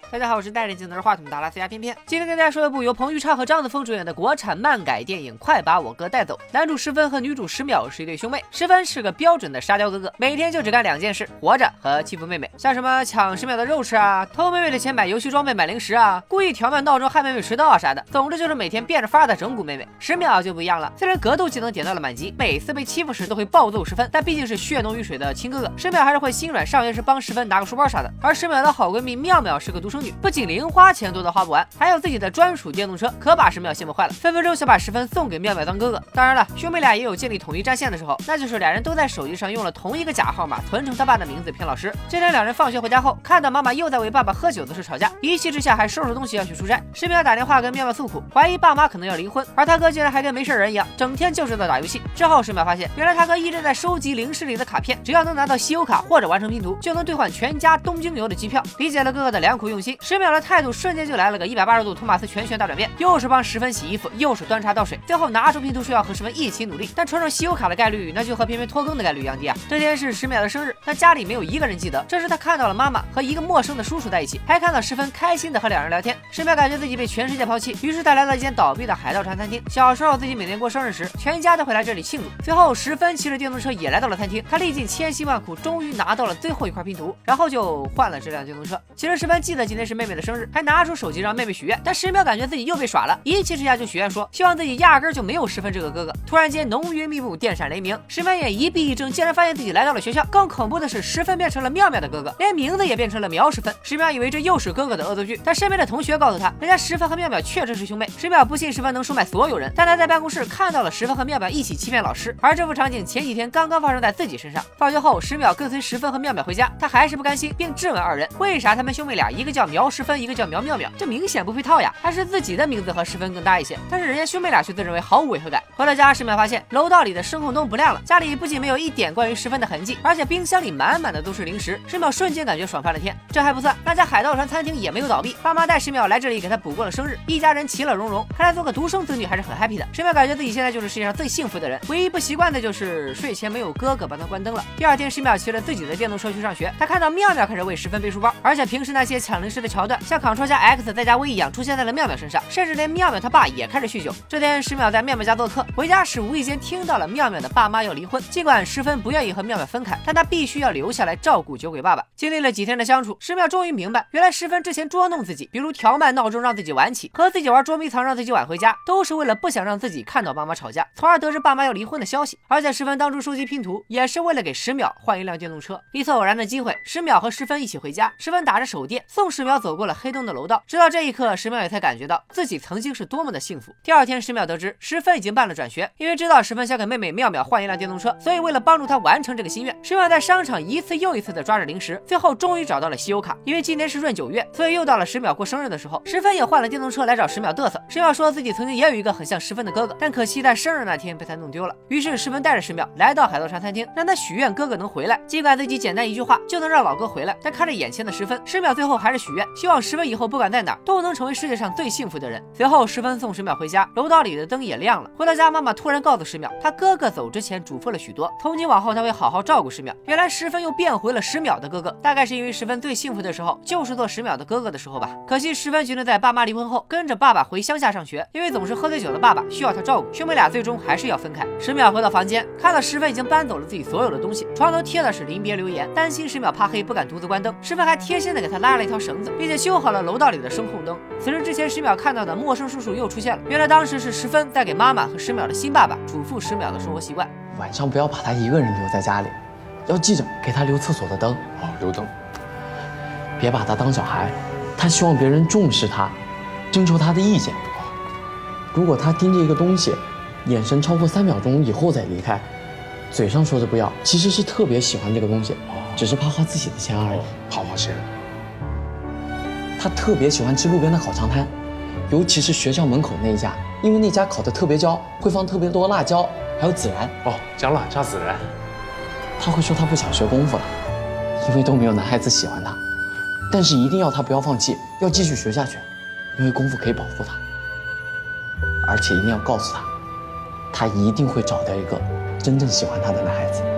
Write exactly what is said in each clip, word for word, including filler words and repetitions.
大家好，我是带着镜头话筒的达拉斯加偏偏。今天跟大家说一部由彭昱畅和张子枫主演的国产漫改电影《快把我哥带走》。男主十分和女主十秒是一对兄妹，十分是个标准的沙雕哥哥，每天就只干两件事：活着和欺负妹妹，像什么抢十秒的肉吃啊，偷妹妹的钱买游戏装备、买零食啊，故意调慢闹钟害妹妹迟到啊啥的。总之就是每天变着法的整蛊妹妹。十秒就不一样了，虽然格斗技能点到了满级，每次被欺负时都会暴揍十分，但毕竟是血浓于水的亲哥哥，十秒还是会心软上学时帮十分拿个书包啥的。而十秒的好闺蜜妙妙是个独生女，不仅零花钱多到花不完，还有自己的专属电动车，可把十秒羡慕坏了，分分钟想把十分送给妙妙当哥哥。当然了，兄妹俩也有建立统一战线的时候，那就是俩人都在手机上用了同一个假号码，存成他爸的名字骗老师。今天两人放学回家后，看到妈妈又在为爸爸喝酒的事吵架，一气之下还收拾东西要去出差。十秒打电话跟妙妙诉苦，怀疑爸妈可能要离婚，而他哥竟然还跟没事人一样，整天就知道打游戏。之后十秒发现，原来他哥一直在收集零食里的卡片，只要能拿到信用卡或者完成拼图，就能兑换全家东京游的机票。理解了哥哥的良苦用心，十秒的态度瞬间就来了个一百八十度托马斯拳旋大转变，又是帮十分洗衣服，又是端茶倒水，最后拿出拼图说要和十分一起努力。但传上信用卡的概率，那就和偏偏拖更的概率一样低啊！这天是十秒的生日，但家里没有一个人记得。这时他看到了妈妈和一个陌生的叔叔在一起，还看到十分开心的和两人聊天。十秒感觉自己被全世界抛弃，于是他来到一间倒闭的海盗船餐厅。小时候自己每年过生日时，全家都会来这里庆祝。最后十分骑着电动车也来到了餐厅，他历尽千辛万苦，终于拿到了最后一块拼图，然后就换了这辆电动车。其实十分记得今天是妹妹的生日，还拿出手机让妹妹许愿，但十秒感觉自己又被耍了，一气之下就许愿说希望自己压根就没有十分这个哥哥。突然间浓云密布，电闪雷鸣，十分眼一闭一睁，竟然发现自己来到了学校。更恐怖的是，十分变成了妙妙的哥哥，连名字也变成了苗十分。十秒以为这又是哥哥的恶作剧，但身边的同学告诉他，人家十分和妙妙确实是兄妹。十秒不信十分能出卖所有人，但他在办公室看到了十分和妙妙一起欺骗老师，而这幅场景前几天刚刚发生在自己身上。放学后，十秒跟随十分和妙妙回家，他还是不甘心，并质问二人为啥他们兄妹俩一个叫苗十分，一个叫苗妙妙，这明显不配套呀，还是自己的名字和十分更搭一些。但是人家兄妹俩却自认为毫无违和感。回到家，十秒发现楼道里的声控灯不亮了，家里不仅没有一点关于十分的痕迹，而且冰箱里满满的都是零食。十秒瞬间感觉爽翻了天。这还不算，那家海盗船餐厅也没有倒闭，爸妈带十秒来这里给他补过了生日，一家人其乐融融。看来做个独生子女还是很 happy 的。十秒感觉自己现在就是世界上最幸福的人，唯一不习惯的就是睡前没有哥哥帮他关灯了。第二天，十秒骑着自己的电动车去上学，他看到妙妙开始为十分背书包，而且平时那些抢零食的桥段，像 Ctrl 加 X 再加 V 一样出现在了妙妙身上，甚至连妙妙他爸也开始酗酒。这天，十秒在妙妙家做客，回家时无意间听到了妙妙的爸妈要离婚。尽管十分不愿意和妙妙分开，但他必须要留下来照顾酒鬼爸爸。经历了几天的相处，十秒终于明白，原来十分之前捉弄自己，比如调慢闹钟让自己晚起，和自己玩捉迷藏让自己晚回家，都是为了不想让自己看到爸妈吵架，从而得知爸妈要离婚的消息。而且十分当初收集拼图，也是为了给十秒换一辆电动车。一次偶然的机会，十秒和十分一起回家，十分打着手电送十秒走过了黑洞的楼道。直到这一刻，十秒也才感觉到自己曾经是多么的幸福。第二天，十秒得知十分已经办了转学，因为知道十分想给妹妹妙妙换一辆电动车，所以为了帮助她完成这个心愿，十秒在商场一次又一次的抓着零食，最后终于找到了信用卡。因为今年是闰九月，所以又到了十秒过生日的时候，十分也换了电动车来找十秒嘚瑟。十秒说自己曾经也有一个很像十分的哥哥，但可惜在生日那天被他弄丢了。于是十分带着十秒来到海盗船餐厅，让他许愿哥哥能回来。尽管自己简单一句话就能让老哥回来，但看着眼前的十分，十秒最后还是许愿，希望十分以后不管在哪都能成为世界上最幸福的人。随后十分送十秒回家，楼道里的灯也亮了。回到家，妈妈突然告诉十秒，他哥哥走之前嘱咐了许多，从今往后他会好好照顾十秒。原来十分又变回了十秒的哥哥，大概是因为十分最幸福的时候就是做十秒的哥哥的时候吧。可惜十分决定在爸妈离婚后跟着爸爸回乡下上学，因为总是喝醉酒的爸爸需要他照顾，兄妹俩最终还是要分开。十秒回到房间，看到十分已经搬走了自己所有的东西，床头贴的是临别留言，担心十秒怕黑不敢独自关灯，十分还贴心的给他拉了一条绳子，并且修好了楼道里的声控灯。此时之前十秒看到的陌生叔叔又出现了，原来当时是十分在给妈妈和十秒的新爸爸嘱咐十秒的生活习惯。 晚上不要把他一个人留在家里，要记着给他留厕所的灯。 哦，留灯。 别把他当小孩，他希望别人重视他，征求他的意见。如果他盯着一个东西，眼神超过三秒钟以后再离开，嘴上说着不要，其实是特别喜欢这个东西，只是怕花自己的钱而已。 怕花钱。 他特别喜欢吃路边的烤肠摊，尤其是学校门口那一家，因为那家烤的特别焦，会放特别多辣椒，还有孜然。 哦，加辣加孜然。 他会说他不想学功夫了，因为都没有男孩子喜欢他。但是一定要他不要放弃，要继续学下去，因为功夫可以保护他。而且一定要告诉他，他一定会找到一个真正喜欢他的男孩子。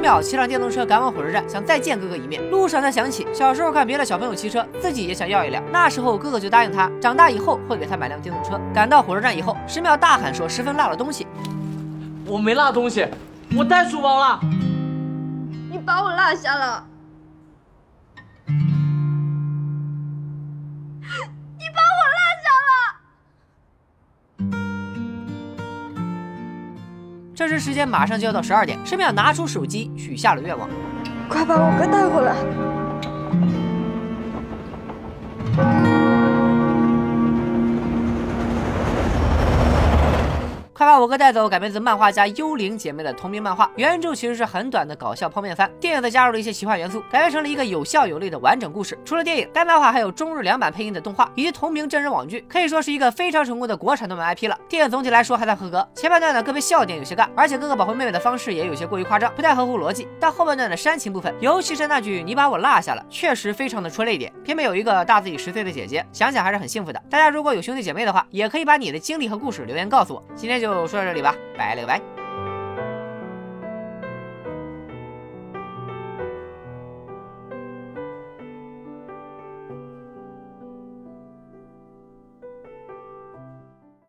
淼骑上电动车赶往火车站，想再见哥哥一面。路上他想起小时候看别的小朋友骑车，自己也想要一辆。那时候哥哥就答应他，长大以后会给他买辆电动车。赶到火车站以后，石淼大喊说十分落了东西。 我没落东西，我带书包了。 你把我落下了。你把我落下了。 这时时间马上就要到十二点，石淼拿出手机许下了愿望： 快把我哥带回来。 快把我哥带走改编自漫画家幽灵姐妹的同名漫画，原著其实是很短的搞笑泡面番，电影则加入了一些奇幻元素，改编成了一个有笑有泪的完整故事。除了电影，该漫画还有中日两版配音的动画以及同名真人网剧，可以说是一个非常成功的国产动漫 I P 了。电影总体来说还算合格，前半段的个别笑点有些尬，而且哥哥保护妹妹的方式也有些过于夸张，不太合乎逻辑。但后半段的煽情部分，尤其是那句你把我落下了，确实非常的戳泪点。偏偏有一个大自己十岁的姐姐，想想还是很幸福的。大家如果有兄弟姐妹的话，也可以把你的经历和故事留言告诉我。今天就说到这里吧，拜了个拜。